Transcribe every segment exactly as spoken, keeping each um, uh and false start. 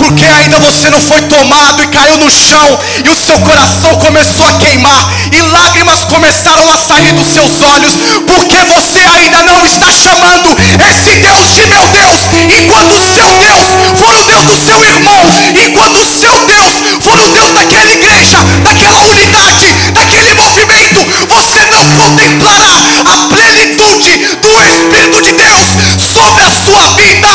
porque ainda você não foi tomado e caiu no chão, e o seu coração começou a queimar, e lágrimas começaram a sair dos seus olhos, porque você ainda não está chamando esse Deus de meu Deus, enquanto o seu Deus for o Deus do seu irmão, enquanto o seu Deus for o Deus daquela igreja, daquela unidade, daquele movimento, você não contemplará a plenitude do Espírito de Deus sobre a sua vida.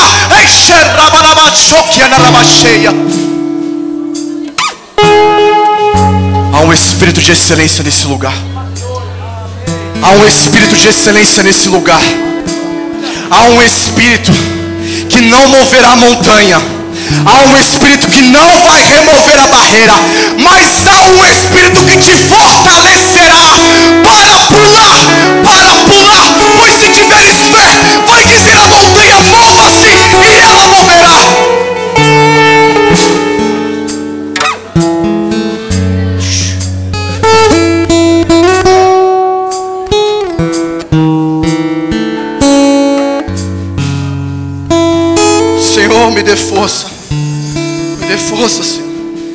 Há um espírito de excelência nesse lugar. Há um espírito de excelência nesse lugar. Há um espírito que não moverá a montanha. Há um espírito que não vai remover a barreira, mas há um espírito que te fortalecerá para pular, para pular. Pois se tiveres fé, vai dizer à montanha: mova-se, e ela moverá. Senhor, me dê força. Me dê força, Senhor.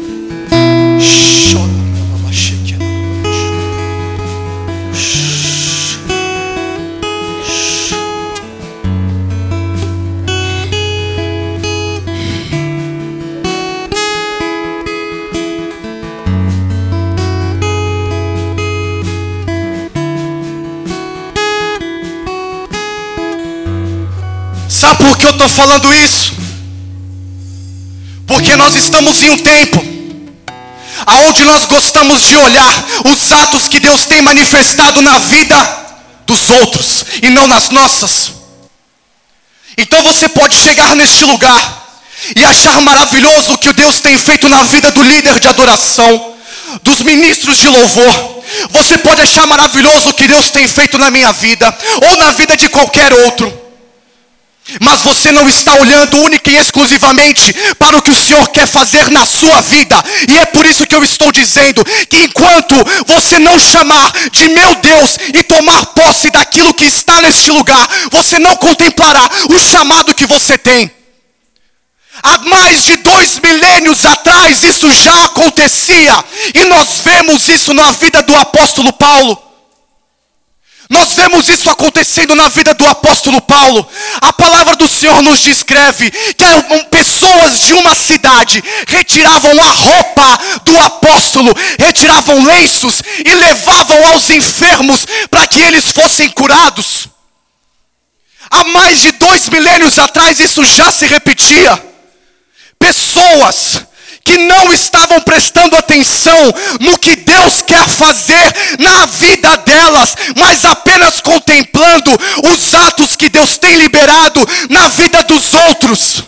Sabe por que eu estou falando isso? Porque nós estamos em um tempo aonde nós gostamos de olhar os atos que Deus tem manifestado na vida dos outros e não nas nossas. Então você pode chegar neste lugar e achar maravilhoso o que Deus tem feito na vida do líder de adoração, dos ministros de louvor. Você pode achar maravilhoso o que Deus tem feito na minha vida ou na vida de qualquer outro. Mas você não está olhando única e exclusivamente para o que o Senhor quer fazer na sua vida. E é por isso que eu estou dizendo que enquanto você não chamar de meu Deus e tomar posse daquilo que está neste lugar, você não contemplará o chamado que você tem. Há mais de dois milênios atrás isso já acontecia. E nós vemos isso na vida do apóstolo Paulo. Nós vemos isso acontecendo na vida do apóstolo Paulo. A palavra do Senhor nos descreve que eram pessoas de uma cidade, retiravam a roupa do apóstolo, retiravam lenços e levavam aos enfermos para que eles fossem curados. Há mais de dois milênios atrás isso já se repetia. Pessoas que não estavam prestando atenção no que Deus quer fazer na vida delas, mas apenas contemplando os atos que Deus tem liberado na vida dos outros.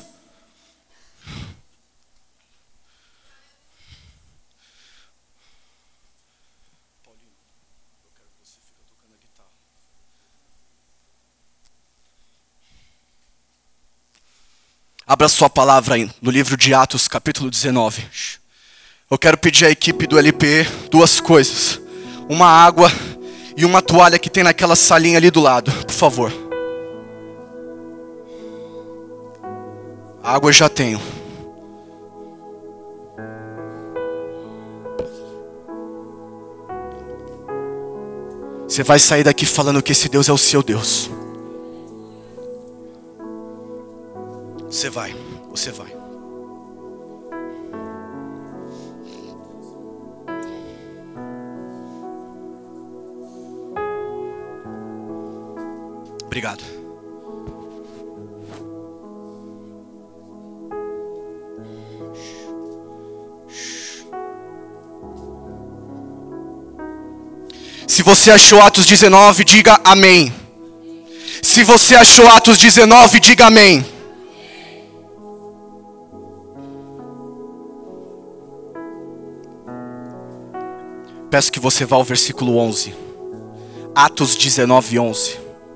Abra sua palavra aí no livro de Atos, capítulo dezenove. Eu quero pedir à equipe do L P E duas coisas. Uma água e uma toalha que tem naquela salinha ali do lado, por favor. A água eu já tenho. Você vai sair daqui falando que esse Deus é o seu Deus. Você vai, você vai. Obrigado. Se você achou Atos dezenove, diga amém. Se você achou Atos dezenove, diga amém. Peço que você vá ao versículo onze. Atos dezenove, onze.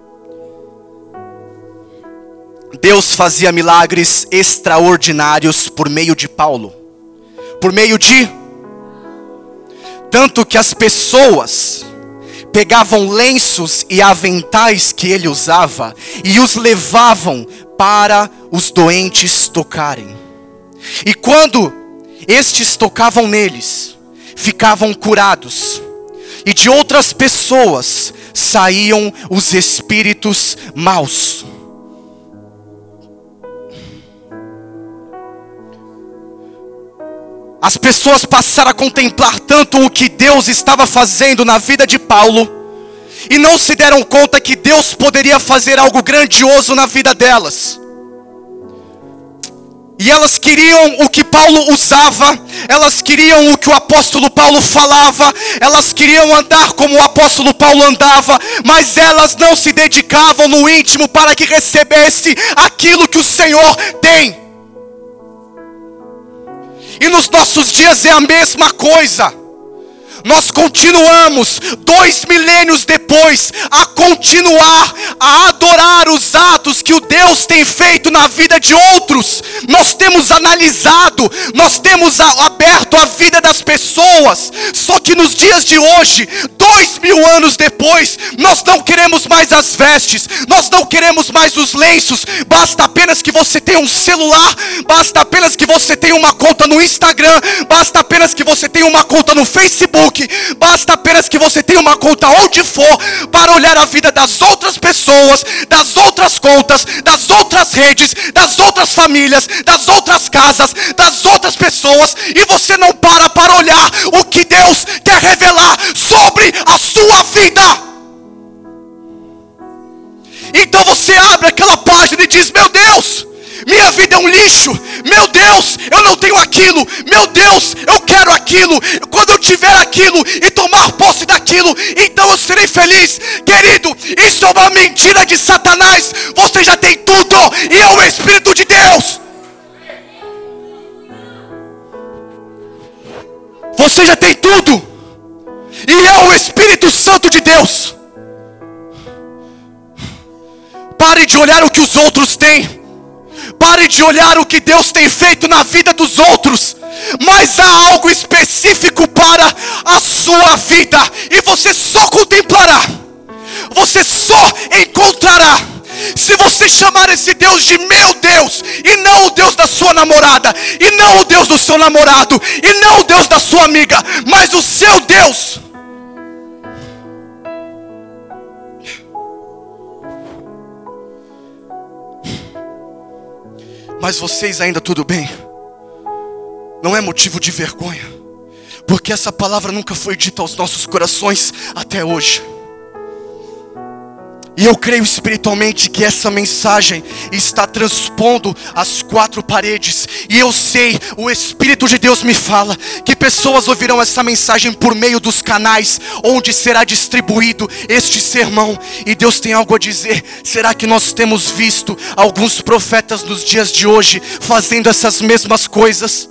Deus fazia milagres extraordinários por meio de Paulo. Por meio de... Tanto que as pessoas pegavam lenços e aventais que ele usava e os levavam para os doentes tocarem. E quando estes tocavam neles, ficavam curados. E de outras pessoas saíam os espíritos maus. As pessoas passaram a contemplar tanto o que Deus estava fazendo na vida de Paulo, e não se deram conta que Deus poderia fazer algo grandioso na vida delas. E elas queriam o que Paulo usava, elas queriam o que o apóstolo Paulo falava, elas queriam andar como o apóstolo Paulo andava, mas elas não se dedicavam no íntimo para que recebesse aquilo que o Senhor tem. E nos nossos dias é a mesma coisa. Nós continuamos, dois milênios depois, a continuar a adorar os atos que o Deus tem feito na vida de outros. Nós temos analisado, nós temos aberto a vida das pessoas. Só que nos dias de hoje, dois mil anos depois, nós não queremos mais as vestes, nós não queremos mais os lenços. Basta apenas que você tenha um celular, basta apenas que você tenha uma conta no Instagram, basta apenas que você tenha uma conta no Facebook. Basta apenas que você tenha uma conta onde for, para olhar a vida das outras pessoas, das outras contas, das outras redes, das outras famílias, das outras casas, das outras pessoas, e você não para para olhar o que Deus quer revelar sobre a sua vida. Então você abre aquela página e diz: meu Deus, minha vida é um lixo, meu Deus, eu não tenho aquilo, meu Deus, eu quero aquilo, quando eu tiver aquilo e tomar posse daquilo, então eu serei feliz. Querido, isso é uma mentira de Satanás. Você já tem tudo, e é o Espírito de Deus. Você já tem tudo, e é o Espírito Santo de Deus. Pare de olhar o que os outros têm. Pare de olhar o que Deus tem feito na vida dos outros. Mas há algo específico para a sua vida, e você só contemplará, você só encontrará, se você chamar esse Deus de meu Deus, e não o Deus da sua namorada, e não o Deus do seu namorado, e não o Deus da sua amiga, mas o seu Deus. Mas vocês ainda tudo bem? Não é motivo de vergonha, porque essa palavra nunca foi dita aos nossos corações até hoje. E eu creio espiritualmente que essa mensagem está transpondo as quatro paredes. E eu sei, o Espírito de Deus me fala que pessoas ouvirão essa mensagem por meio dos canais onde será distribuído este sermão. E Deus tem algo a dizer. Será que nós temos visto alguns profetas nos dias de hoje fazendo essas mesmas coisas?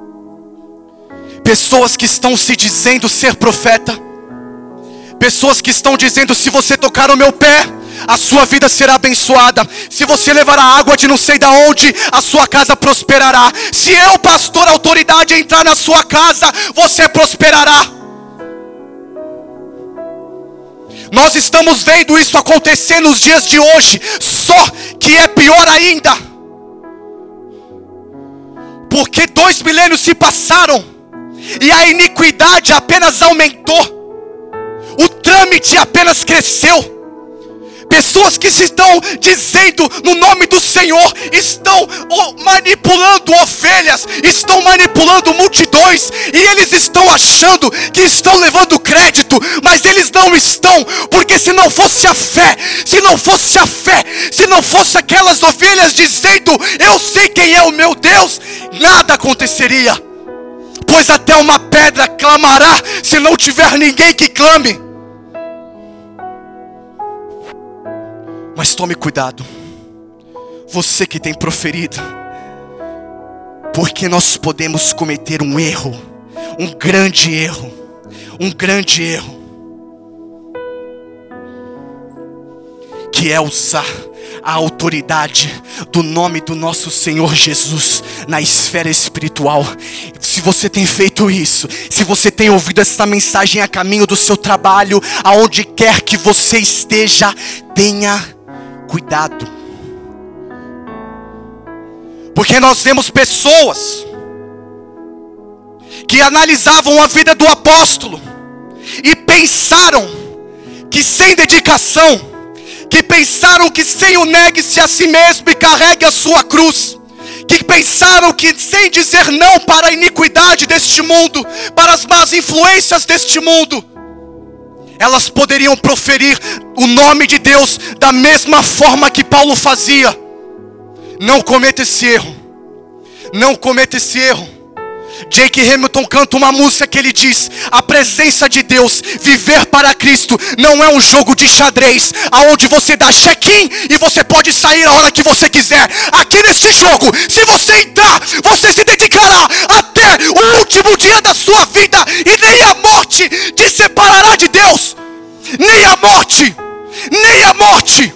Pessoas que estão se dizendo ser profeta, pessoas que estão dizendo: se você tocar no meu pé, a sua vida será abençoada. Se você levar a água de não sei da onde, a sua casa prosperará. Se eu, pastor, autoridade, entrar na sua casa, você prosperará. Nós estamos vendo isso acontecer nos dias de hoje. Só que é pior ainda, porque dois milênios se passaram e a iniquidade apenas aumentou, o trâmite apenas cresceu. Pessoas que se estão dizendo no nome do Senhor estão manipulando ovelhas, estão manipulando multidões, e eles estão achando que estão levando crédito, mas eles não estão, porque se não fosse a fé, se não fosse a fé, se não fosse aquelas ovelhas dizendo: eu sei quem é o meu Deus, nada aconteceria. Pois até uma pedra clamará se não tiver ninguém que clame. Mas tome cuidado, você que tem proferido, porque nós podemos cometer um erro, um grande erro, um grande erro, que é usar a autoridade do nome do nosso Senhor Jesus na esfera espiritual. Se você tem feito isso, se você tem ouvido essa mensagem a caminho do seu trabalho, aonde quer que você esteja, tenha cuidado, Porque nós vemos pessoas que analisavam a vida do apóstolo e pensaram que sem dedicação, que pensaram que sem o negue-se a si mesmo e carregue a sua cruz, que pensaram que sem dizer não para a iniquidade deste mundo, para as más influências deste mundo, elas poderiam proferir o nome de Deus da mesma forma que Paulo fazia. Não cometa esse erro. Não cometa esse erro. Jake Hamilton canta uma música que ele diz: a presença de Deus, viver para Cristo, não é um jogo de xadrez, aonde você dá check-in e você pode sair a hora que você quiser. Aqui neste jogo, se você entrar, você se dedicará até o último dia da sua vida, e nem a morte te separará de Deus. Nem a morte, nem a morte.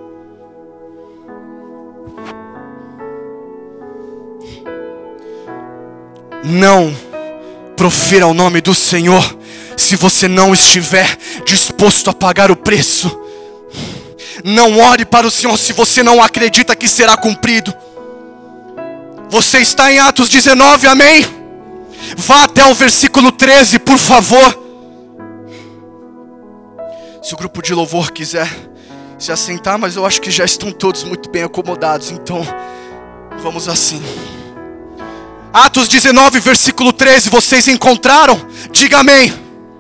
Não profira o nome do Senhor se você não estiver disposto a pagar o preço. Não ore para o Senhor se você não acredita que será cumprido. Você está em Atos dezenove, amém? Vá até o versículo treze, por favor. Se o grupo de louvor quiser se assentar, mas eu acho que já estão todos muito bem acomodados, então vamos assim. Atos dezenove, versículo treze, vocês encontraram? Diga amém.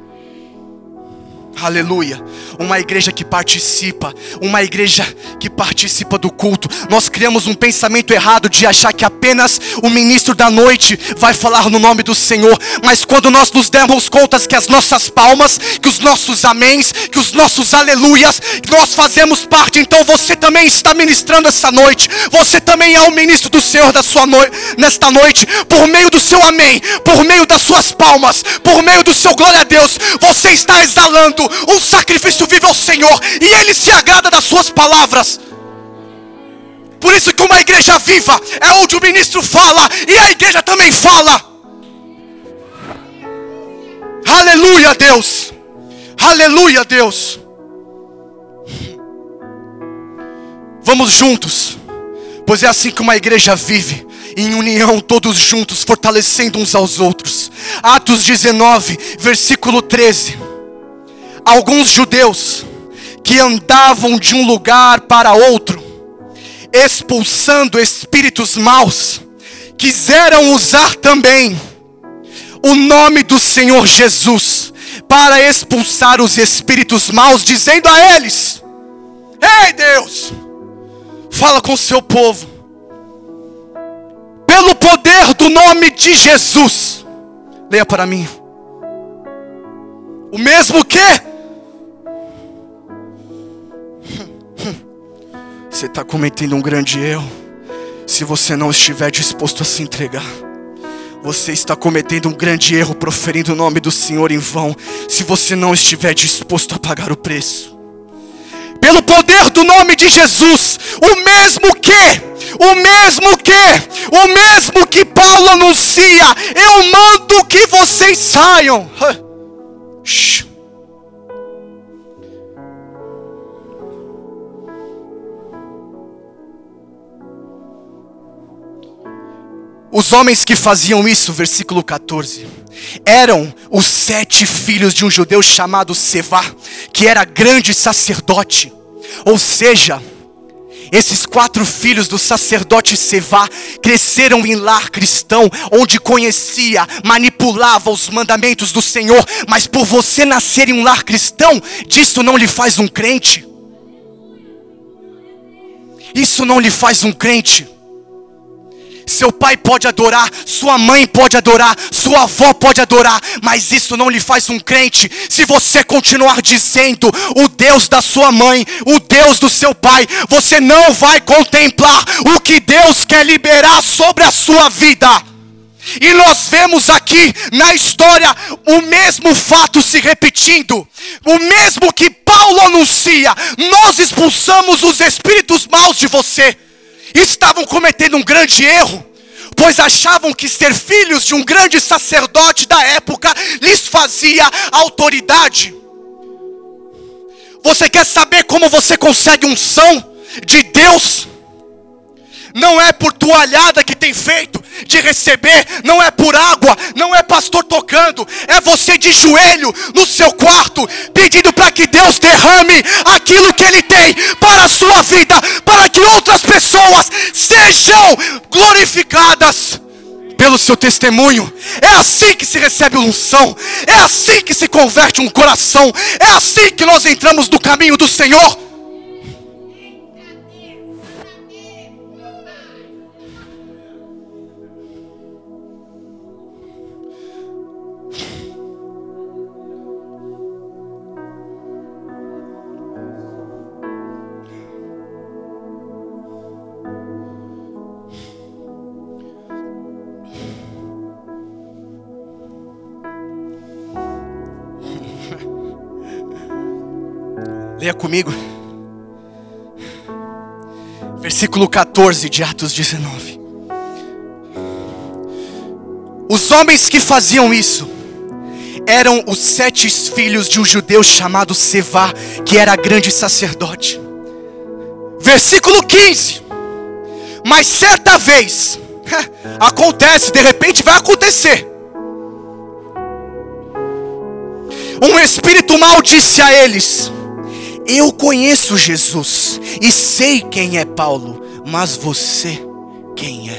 Aleluia. Uma igreja que participa, uma igreja que participa do culto. Nós criamos um pensamento errado de achar que apenas o ministro da noite vai falar no nome do Senhor. Mas quando nós nos demos conta que as nossas palmas, que os nossos améns, que os nossos aleluias, nós fazemos parte, então você também está ministrando essa noite. Você também é o ministro do Senhor da sua no... nesta noite. Por meio do seu amém, por meio das suas palmas, por meio do seu glória a Deus, você está exalando um sacrifício vivo ao Senhor, e Ele se agrada das suas palavras. Por isso que uma igreja viva é onde o ministro fala e a igreja também fala. Aleluia, Deus. Aleluia, Deus. Vamos juntos, pois é assim que uma igreja vive, em união, todos juntos, fortalecendo uns aos outros. Atos dezenove, versículo treze. Alguns judeus que andavam de um lugar para outro, expulsando espíritos maus, quiseram usar também o nome do Senhor Jesus para expulsar os espíritos maus, dizendo a eles: ei Deus, fala com o seu povo, pelo poder do nome de Jesus. Leia para mim. O mesmo que? Você está cometendo um grande erro se você não estiver disposto a se entregar. Você está cometendo um grande erro proferindo o nome do Senhor em vão, se você não estiver disposto a pagar o preço. Pelo poder do nome de Jesus, o mesmo que, o mesmo que, o mesmo que Paulo anuncia, eu mando que vocês saiam. Shhh. Os homens que faziam isso, versículo quatorze, eram os sete filhos de um judeu chamado Sevá, que era grande sacerdote. Ou seja, esses quatro filhos do sacerdote Sevá cresceram em lar cristão, onde conhecia, manipulava os mandamentos do Senhor. Mas por você nascer em um lar cristão, disso não lhe faz um crente. Isso não lhe faz um crente. Seu pai pode adorar, sua mãe pode adorar, sua avó pode adorar, mas isso não lhe faz um crente. Se você continuar dizendo o Deus da sua mãe, o Deus do seu pai, você não vai contemplar o que Deus quer liberar sobre a sua vida. E nós vemos aqui na história o mesmo fato se repetindo. O mesmo que Paulo anuncia: nós expulsamos os espíritos maus de você. Estavam cometendo um grande erro, pois achavam que ser filhos de um grande sacerdote da época lhes fazia autoridade. Você quer saber como você consegue unção de Deus? Não é por toalhada que tem feito de receber, não é por água, não é pastor tocando, é você de joelho no seu quarto, pedindo para que Deus derrame aquilo que Ele tem para a sua vida, para que outras pessoas sejam glorificadas pelo seu testemunho. É assim que se recebe unção, é assim que se converte um coração, é assim que nós entramos no caminho do Senhor. Leia comigo. Versículo quatorze de Atos dezenove. Os homens que faziam isso eram os sete filhos de um judeu chamado Sevá, que era grande sacerdote. Versículo quinze. Mas certa vez, acontece, de repente vai acontecer, um espírito mau disse a eles: eu conheço Jesus e sei quem é Paulo, mas você quem é?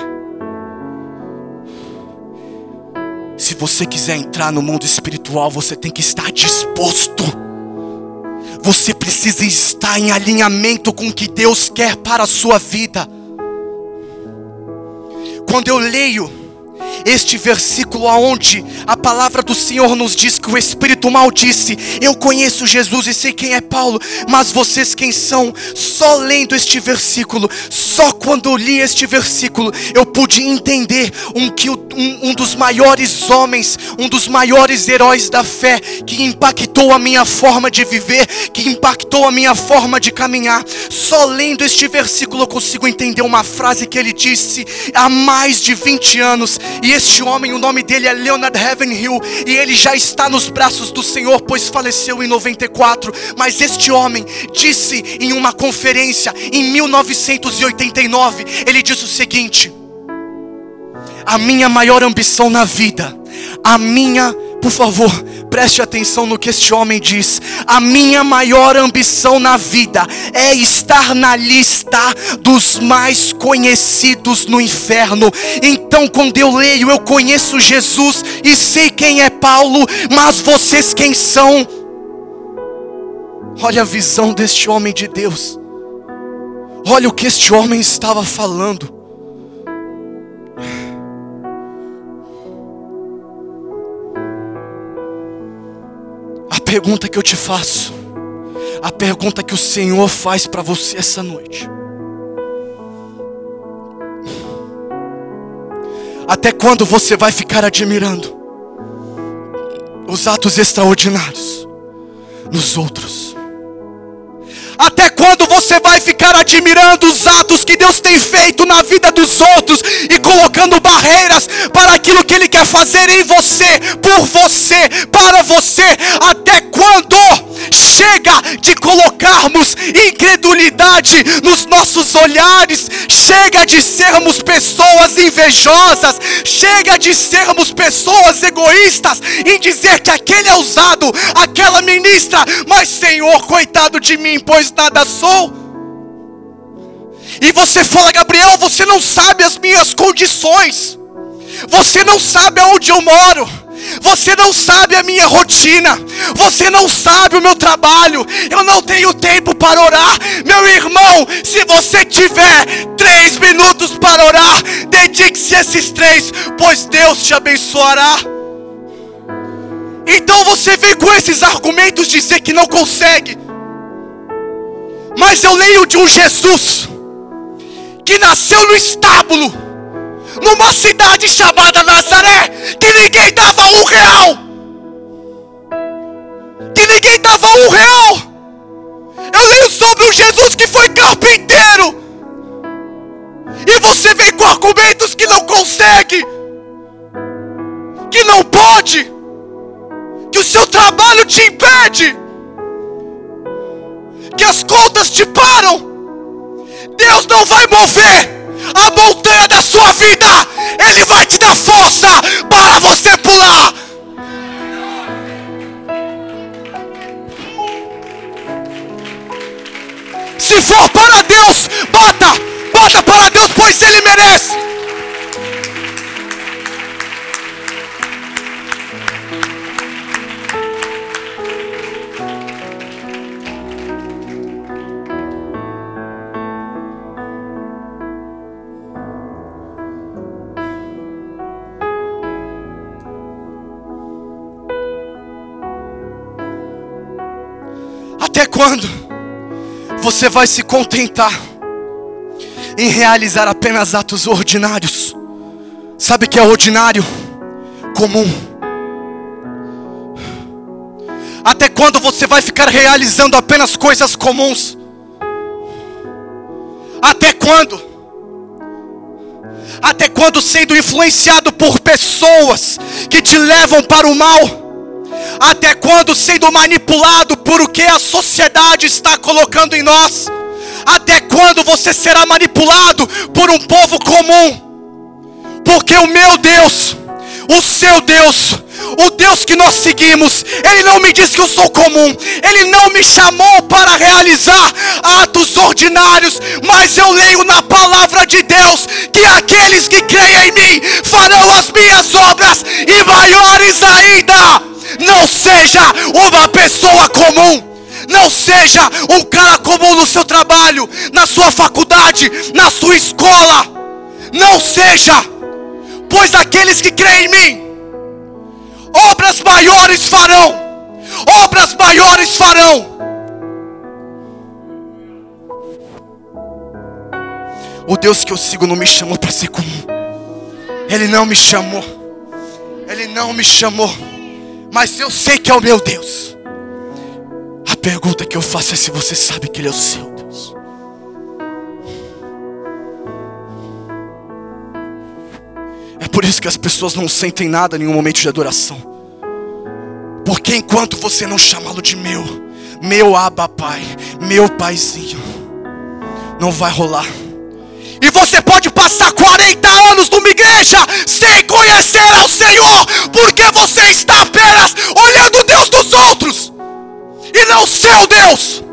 Se você quiser entrar no mundo espiritual, você tem que estar disposto. Você precisa estar em alinhamento com o que Deus quer para a sua vida. Quando eu leio este versículo aonde a palavra do Senhor nos diz que o espírito mal disse: eu conheço Jesus e sei quem é Paulo, mas vocês quem são? Só lendo este versículo, só quando eu li este versículo, eu pude entender um, que, um, um dos maiores homens, um dos maiores heróis da fé, que impactou a minha forma de viver, que impactou a minha forma de caminhar. Só lendo este versículo eu consigo entender uma frase que ele disse há mais de vinte anos. E este homem, o nome dele é Leonard Ravenhill, e ele já está nos braços do Senhor, pois faleceu em noventa e quatro. Mas este homem disse em uma conferência em mil novecentos e oitenta e nove, ele disse o seguinte: a minha maior ambição na vida, a minha, por favor, preste atenção no que este homem diz. A minha maior ambição na vida é estar na lista dos mais conhecidos no inferno. Então quando eu leio, eu conheço Jesus e sei quem é Paulo, mas vocês quem são? Olha a visão deste homem de Deus. Olha o que este homem estava falando. A pergunta que eu te faço, a pergunta que o Senhor faz para você essa noite: até quando você vai ficar admirando os atos extraordinários nos outros? Até quando você vai ficar admirando os atos que Deus tem feito na vida dos outros e colocando barreiras para aquilo que Ele quer fazer em você, por você, para você? Até quando chega de colocarmos incredulidade nos nossos olhares? Chega de sermos pessoas invejosas, chega de sermos pessoas egoístas em dizer que aquele é usado, aquela ministra, mas Senhor, coitado de mim, pois nada sou. E você fala: Gabriel, você não sabe as minhas condições, você não sabe aonde eu moro, você não sabe a minha rotina, você não sabe o meu trabalho, eu não tenho tempo para orar. Meu irmão, se você tiver três minutos para orar, dedique-se a esses três, pois Deus te abençoará. Então você vem com esses argumentos dizer que não consegue. Mas eu leio de um Jesus que nasceu no estábulo, numa cidade chamada Nazaré, que ninguém dava um real, que ninguém dava um real. Eu leio sobre um Jesus que foi carpinteiro, e você vem com argumentos que não consegue, que não pode, que o seu trabalho te impede, que as contas te param. Deus não vai mover a montanha da sua vida, Ele vai te dar força para você pular. Se for para Deus, bata, bata para Deus, pois Ele merece. Até quando você vai se contentar em realizar apenas atos ordinários? Sabe o que é ordinário? Comum. Até quando você vai ficar realizando apenas coisas comuns? Até quando? Até quando sendo influenciado por pessoas que te levam para o mal? Até quando sendo manipulado por o que a sociedade está colocando em nós? Até quando você será manipulado por um povo comum? Porque o meu Deus, o seu Deus, o Deus que nós seguimos, Ele não me diz que eu sou comum. Ele não me chamou para realizar atos ordinários. Mas eu leio na palavra de Deus que aqueles que creem em mim farão as minhas obras e maiores ainda. Não seja uma pessoa comum. Não seja um cara comum no seu trabalho, na sua faculdade, na sua escola. Não seja. Pois aqueles que creem em mim, obras maiores farão. Obras maiores farão. O Deus que eu sigo não me chamou para ser comum. Ele não me chamou. Ele não me chamou. Mas eu sei que é o meu Deus. A pergunta que eu faço é se você sabe que Ele é o seu Deus. É por isso que as pessoas não sentem nada em um momento de adoração. Porque enquanto você não chamá-lo de meu, meu Abba Pai, meu Paizinho, não vai rolar. E você pode passar quarenta anos numa igreja sem conhecer ao Senhor, porque você está apenas olhando o Deus dos outros e não o seu Deus.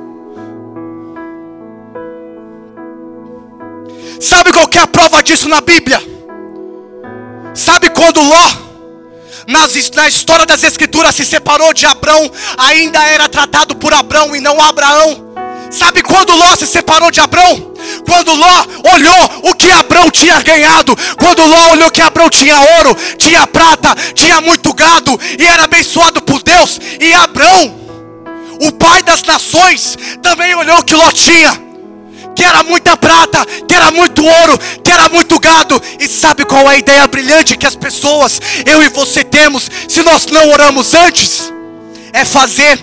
Sabe qual que é a prova disso na Bíblia? Sabe quando Ló, nas, na história das Escrituras, se separou de Abrão, ainda era tratado por Abrão e não Abraão? Sabe quando Ló se separou de Abrão? Quando Ló olhou o que Abrão tinha ganhado. Quando Ló olhou que Abrão tinha ouro, tinha prata, tinha muito gado e era abençoado por Deus. E Abrão, o pai das nações, também olhou que Ló tinha, que era muita prata, que era muito ouro, que era muito gado. E sabe qual é a ideia brilhante que as pessoas, eu e você temos, se nós não oramos antes? É fazer.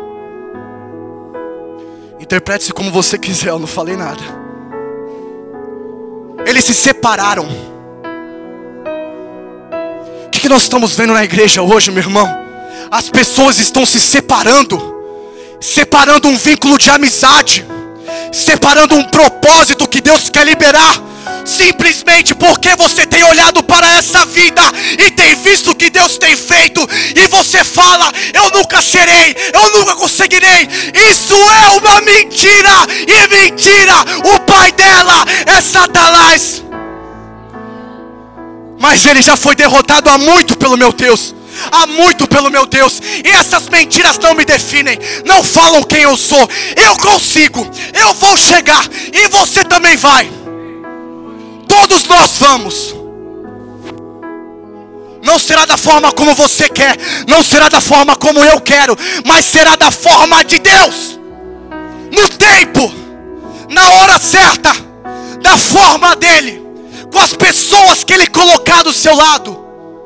Interprete-se como você quiser, eu não falei nada. Eles se separaram. O que, que nós estamos vendo na igreja hoje, meu irmão? As pessoas estão se separando, separando um vínculo de amizade, separando um propósito que Deus quer liberar, simplesmente porque você tem olhado para essa vida e tem visto o que Deus tem feito, e você fala: eu nunca serei, eu nunca conseguirei. Isso é uma mentira, e mentira, o pai dela é Satanás. Mas ele já foi derrotado há muito pelo meu Deus. Há muito pelo meu Deus. E essas mentiras não me definem, não falam quem eu sou. Eu consigo, eu vou chegar, e você também vai. Todos nós vamos. Não será da forma como você quer, não será da forma como eu quero, mas será da forma de Deus. No tempo, na hora certa, da forma dele, com as pessoas que ele colocar do seu lado.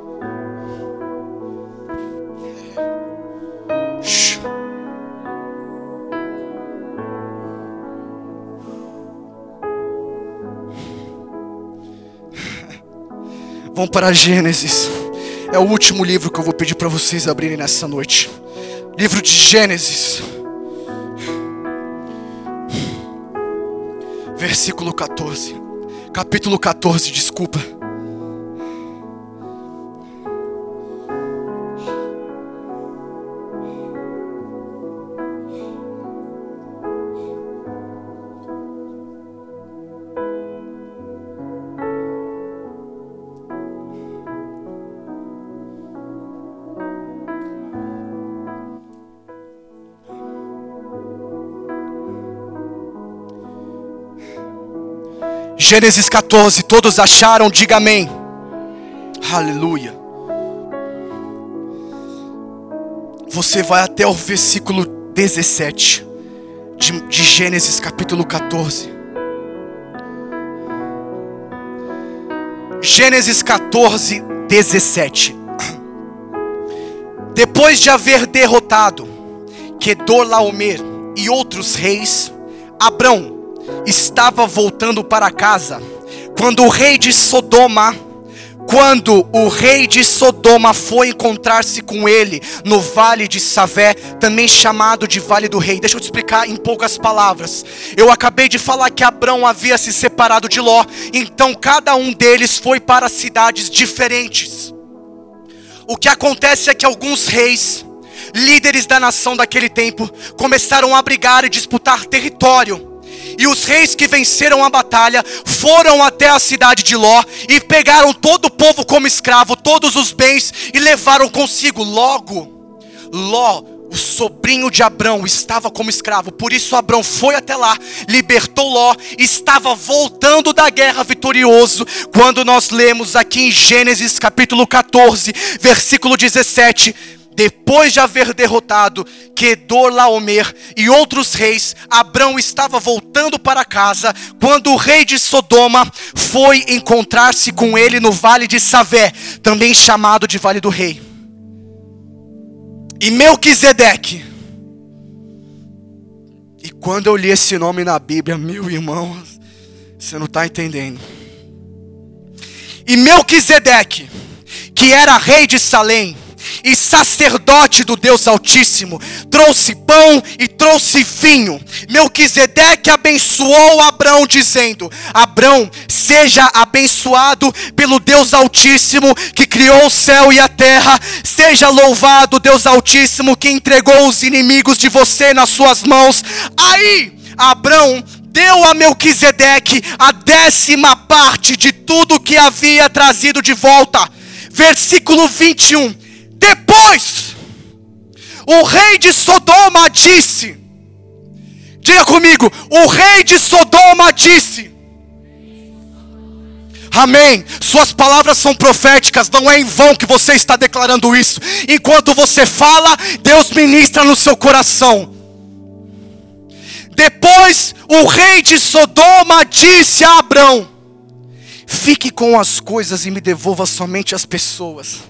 Vamos para Gênesis. É o último livro que eu vou pedir para vocês abrirem nessa noite. Livro de Gênesis, versículo catorze. Capítulo catorze, desculpa. Gênesis catorze, todos acharam? Diga amém. Aleluia. Você vai até o versículo dezessete de, de Gênesis capítulo catorze. Gênesis catorze, dezessete. Depois de haver derrotado Quedorlaomer e outros reis, Abrão estava voltando para casa, quando o rei de Sodoma, quando o rei de Sodoma foi encontrar-se com ele no vale de Savé, também chamado de Vale do Rei. Deixa eu te explicar em poucas palavras. Eu acabei de falar que Abrão havia se separado de Ló, então cada um deles foi para cidades diferentes. O que acontece é que alguns reis, líderes da nação daquele tempo, começaram a brigar e disputar território. E os reis que venceram a batalha foram até a cidade de Ló e pegaram todo o povo como escravo, todos os bens, e levaram consigo. Logo, Ló, o sobrinho de Abrão, estava como escravo. Por isso Abrão foi até lá, libertou Ló, estava voltando da guerra vitorioso. Quando nós lemos aqui em Gênesis capítulo catorze, versículo dezessete... Depois de haver derrotado Quedorlaomer e outros reis, Abrão estava voltando para casa, quando o rei de Sodoma foi encontrar-se com ele no vale de Savé, também chamado de Vale do Rei. E Melquisedeque, e quando eu li esse nome na Bíblia, meu irmão, você não está entendendo. E Melquisedeque, que era rei de Salém e sacerdote do Deus Altíssimo, trouxe pão e trouxe vinho. Melquisedeque abençoou Abrão, dizendo: Abrão, seja abençoado pelo Deus Altíssimo, que criou o céu e a terra. Seja louvado Deus Altíssimo, que entregou os inimigos de você nas suas mãos. Aí Abrão deu a Melquisedeque a décima parte de tudo que havia trazido de volta. Versículo vinte e um. Depois, o rei de Sodoma disse, diga comigo, o rei de Sodoma disse, amém. Suas palavras são proféticas, não é em vão que você está declarando isso. Enquanto você fala, Deus ministra no seu coração. Depois, o rei de Sodoma disse a Abrão: fique com as coisas e me devolva somente as pessoas.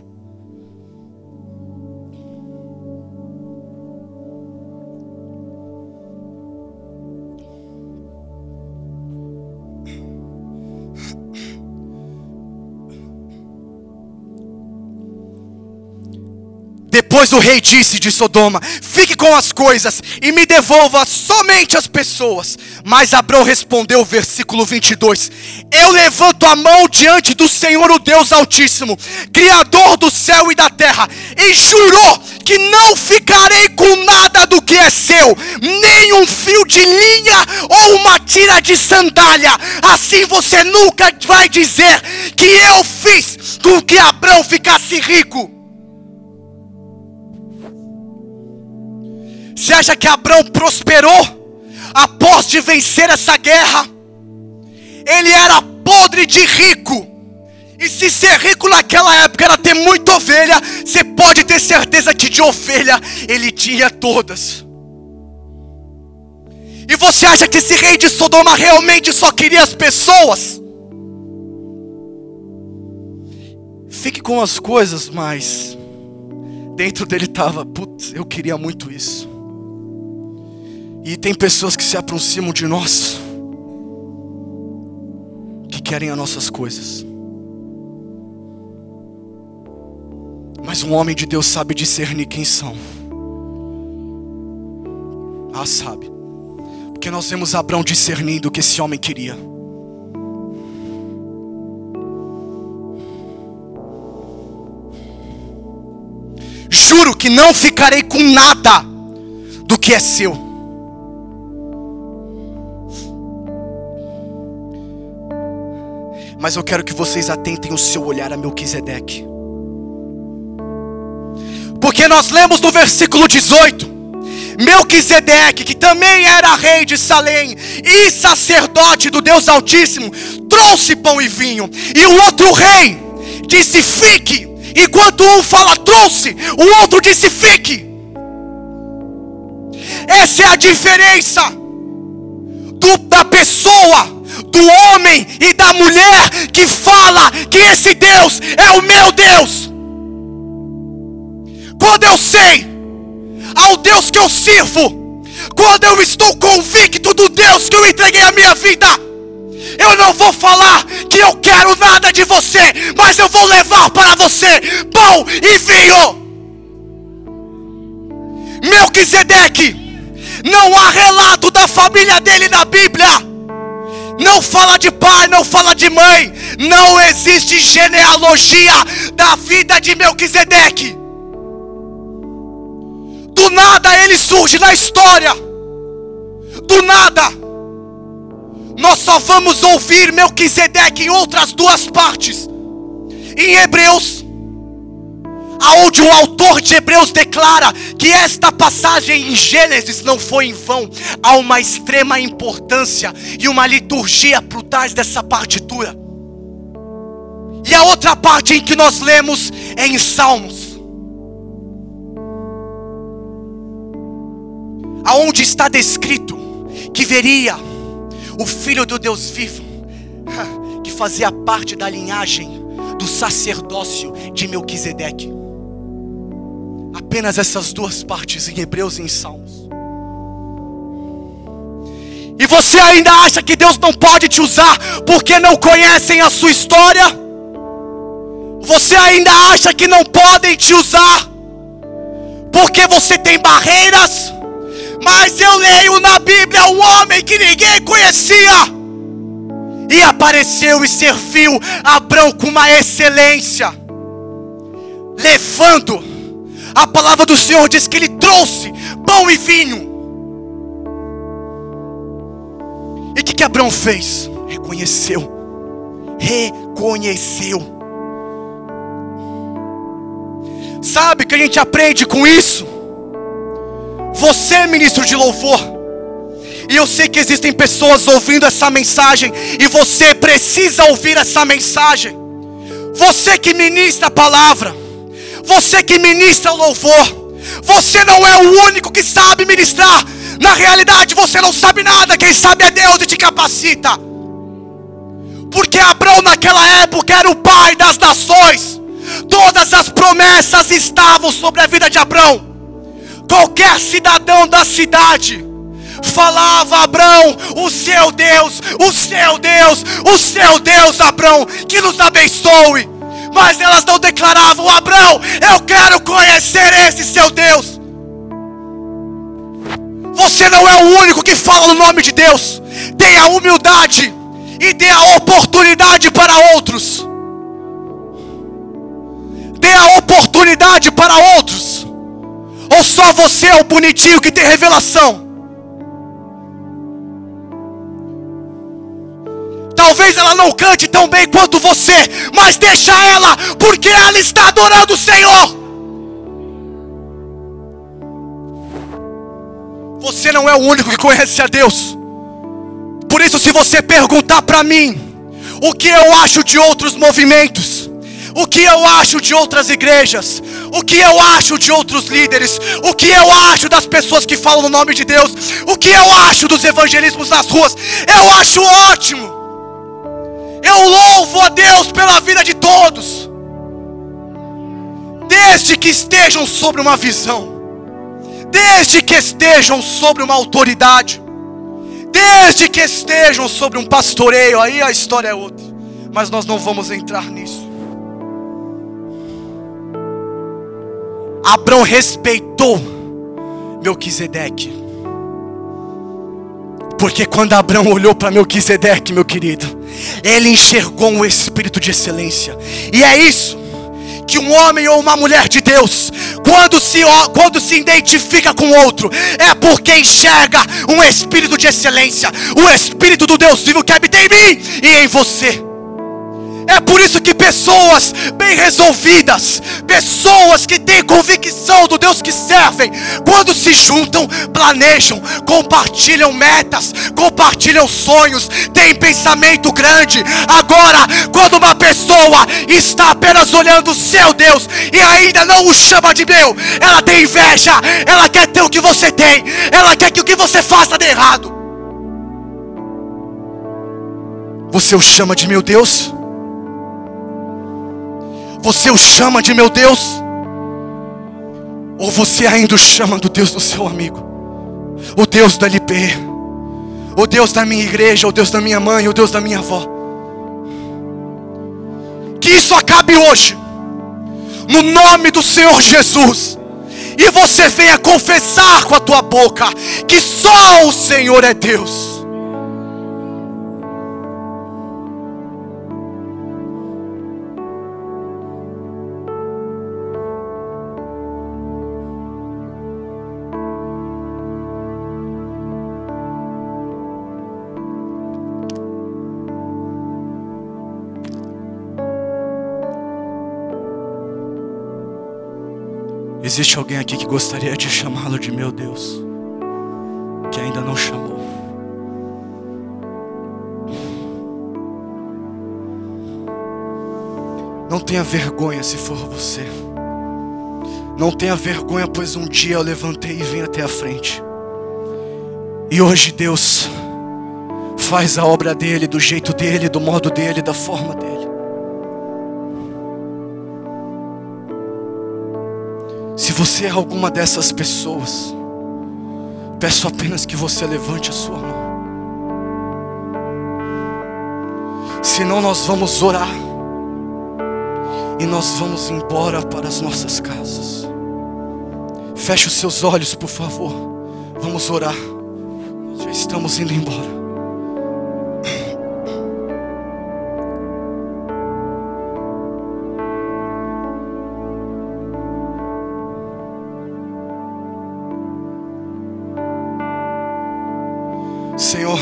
Depois o rei disse de Sodoma: fique com as coisas e me devolva somente as pessoas. Mas Abrão respondeu, versículo vinte e dois: eu levanto a mão diante do Senhor, o Deus Altíssimo, Criador do céu e da terra, e jurou que não ficarei com nada do que é seu, nem um fio de linha ou uma tira de sandália. Assim você nunca vai dizer que eu fiz com que Abrão ficasse rico. Você acha que Abrão prosperou após de vencer essa guerra? Ele era podre de rico. E se ser rico naquela época era ter muita ovelha, você pode ter certeza que de ovelha ele tinha todas. E você acha que esse rei de Sodoma realmente só queria as pessoas? Fique com as coisas, mas dentro dele estava: putz, eu queria muito isso. E tem pessoas que se aproximam de nós, que querem as nossas coisas. Mas um homem de Deus sabe discernir quem são. Ah, sabe. Porque nós vemos Abrão discernindo o que esse homem queria. juro que não ficarei com nada do que é seu. Mas eu quero que vocês atentem o seu olhar a Melquisedeque. Porque nós lemos no versículo dezoito, Melquisedeque, que também era rei de Salém e sacerdote do Deus Altíssimo, trouxe pão e vinho. E o outro rei disse: fique. Enquanto um fala trouxe, o outro disse fique. Essa é a diferença do, da pessoa, do homem e da mulher que fala que esse Deus é o meu Deus. Quando eu sei ao Deus que eu sirvo, quando eu estou convicto do Deus que eu entreguei a minha vida, eu não vou falar que eu quero nada de você, mas eu vou levar para você pão e vinho. Melquisedeque, não há relato da família dele na Bíblia. Não fala de pai, não fala de mãe. Não existe genealogia da vida de Melquisedeque. Do nada ele surge na história. Do nada. Nós só vamos ouvir Melquisedeque em outras duas partes. Em Hebreus, aonde o autor de Hebreus declara que esta passagem em Gênesis não foi em vão. Há uma extrema importância e uma liturgia por trás dessa partitura. E a outra parte em que nós lemos é em Salmos, aonde está descrito que veria o Filho do Deus vivo, que fazia parte da linhagem do sacerdócio de Melquisedeque. Apenas essas duas partes em Hebreus e em Salmos. E você ainda acha que Deus não pode te usar porque não conhecem a sua história? Você ainda acha que não podem te usar porque você tem barreiras? Mas eu leio na Bíblia um homem que ninguém conhecia, e apareceu e serviu Abrão com uma excelência, levando. A palavra do Senhor diz que ele trouxe pão e vinho. E o que, que Abrão fez? Reconheceu. Reconheceu. Sabe o que a gente aprende com isso? Você, ministro de louvor, e eu sei que existem pessoas ouvindo essa mensagem, e você precisa ouvir essa mensagem. Você que ministra a palavra, você que ministra o louvor, você não é o único que sabe ministrar. Na realidade você não sabe nada, quem sabe é Deus e te capacita. Porque Abrão naquela época era o pai das nações. Todas as promessas estavam sobre a vida de Abrão. Qualquer cidadão da cidade falava: Abrão, o seu Deus, o seu Deus, o seu Deus, Abrão, que nos abençoe. Mas elas não declaravam: Abrão, eu quero conhecer esse seu Deus. Você não é o único que fala no nome de Deus. Tenha humildade e dê a oportunidade para outros. Dê a oportunidade para outros. Ou só você é o bonitinho que tem revelação? Talvez ela não cante tão bem quanto você, mas deixa ela, porque ela está adorando o Senhor. Você não é o único que conhece a Deus. Por isso, se você perguntar para mim o que eu acho de outros movimentos, o que eu acho de outras igrejas, o que eu acho de outros líderes, o que eu acho das pessoas que falam no nome de Deus, o que eu acho dos evangelismos nas ruas, eu acho ótimo. Eu louvo a Deus pela vida de todos, desde que estejam sobre uma visão, desde que estejam sobre uma autoridade, desde que estejam sobre um pastoreio. Aí a história é outra, mas nós não vamos entrar nisso. Abrão respeitou Melquisedeque, porque quando Abrão olhou para Melquisedeque, meu querido, ele enxergou um espírito de excelência. E é isso que um homem ou uma mulher de Deus, quando se, quando se identifica com outro, é porque enxerga um espírito de excelência, o espírito do Deus vivo que habita em mim e em você. É por isso que pessoas bem resolvidas, pessoas que têm convicção do Deus que servem, quando se juntam, planejam, compartilham metas, compartilham sonhos, têm pensamento grande. Agora, quando uma pessoa está apenas olhando o seu Deus e ainda não o chama de meu, ela tem inveja, ela quer ter o que você tem, ela quer que o que você faça dê errado. Você o chama de meu Deus? Você o chama de meu Deus? Ou você ainda o chama do Deus do seu amigo? O Deus do L P, o Deus da minha igreja, o Deus da minha mãe, o Deus da minha avó. Que isso acabe hoje, no nome do Senhor Jesus. E você venha confessar com a tua boca que só o Senhor é Deus. Existe alguém aqui que gostaria de chamá-lo de meu Deus, que ainda não chamou? Não tenha vergonha se for você. Não tenha vergonha, pois um dia eu levantei e vim até a frente. E hoje Deus faz a obra dele, do jeito dele, do modo dele, da forma dele. Se você é alguma dessas pessoas, peço apenas que você levante a sua mão. Senão nós vamos orar e nós vamos embora para as nossas casas. Feche os seus olhos, por favor. Vamos orar. Nós já estamos indo embora. Senhor,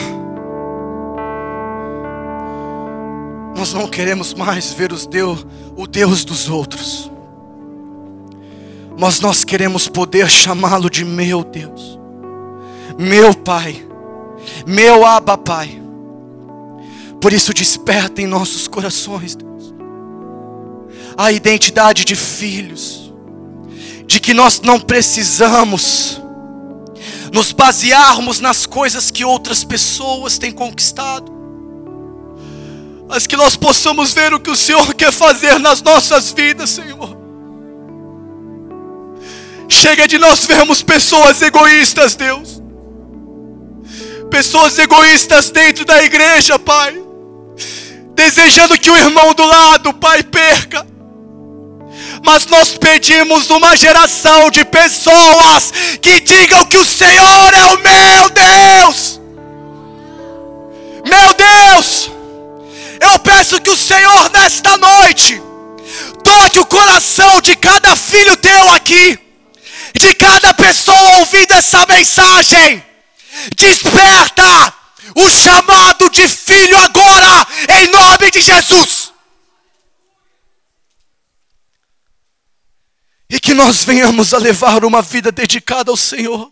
nós não queremos mais ver os Deus, o Deus dos outros, mas nós queremos poder chamá-lo de meu Deus, meu Pai, meu Abba Pai. Por isso desperta em nossos corações, Deus, a identidade de filhos, de que nós não precisamos nos basearmos nas coisas que outras pessoas têm conquistado, mas que nós possamos ver o que o Senhor quer fazer nas nossas vidas, Senhor. Chega de nós vermos pessoas egoístas, Deus, pessoas egoístas dentro da igreja, Pai, desejando que o irmão do lado, Pai, perca. Mas nós pedimos uma geração de pessoas que digam que o Senhor é o meu Deus. Meu Deus, eu peço que o Senhor nesta noite toque o coração de cada filho teu aqui, de cada pessoa ouvindo essa mensagem. Desperta o chamado de filho agora, em nome de Jesus. E que nós venhamos a levar uma vida dedicada ao Senhor,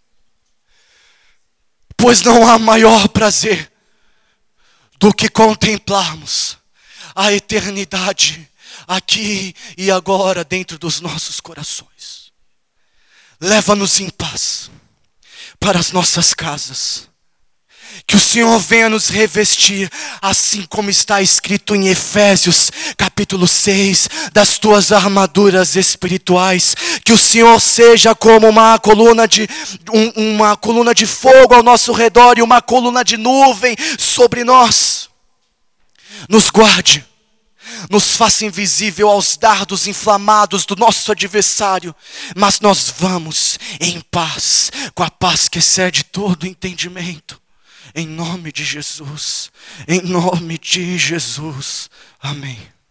pois não há maior prazer do que contemplarmos a eternidade aqui e agora dentro dos nossos corações. Leva-nos em paz para as nossas casas. Que o Senhor venha nos revestir, assim como está escrito em Efésios capítulo seis, das tuas armaduras espirituais. Que o Senhor seja como uma coluna de, um, uma coluna de fogo ao nosso redor e uma coluna de nuvem sobre nós. Nos guarde, nos faça invisível aos dardos inflamados do nosso adversário, mas nós vamos em paz, com a paz que excede todo entendimento. Em nome de Jesus, em nome de Jesus, amém.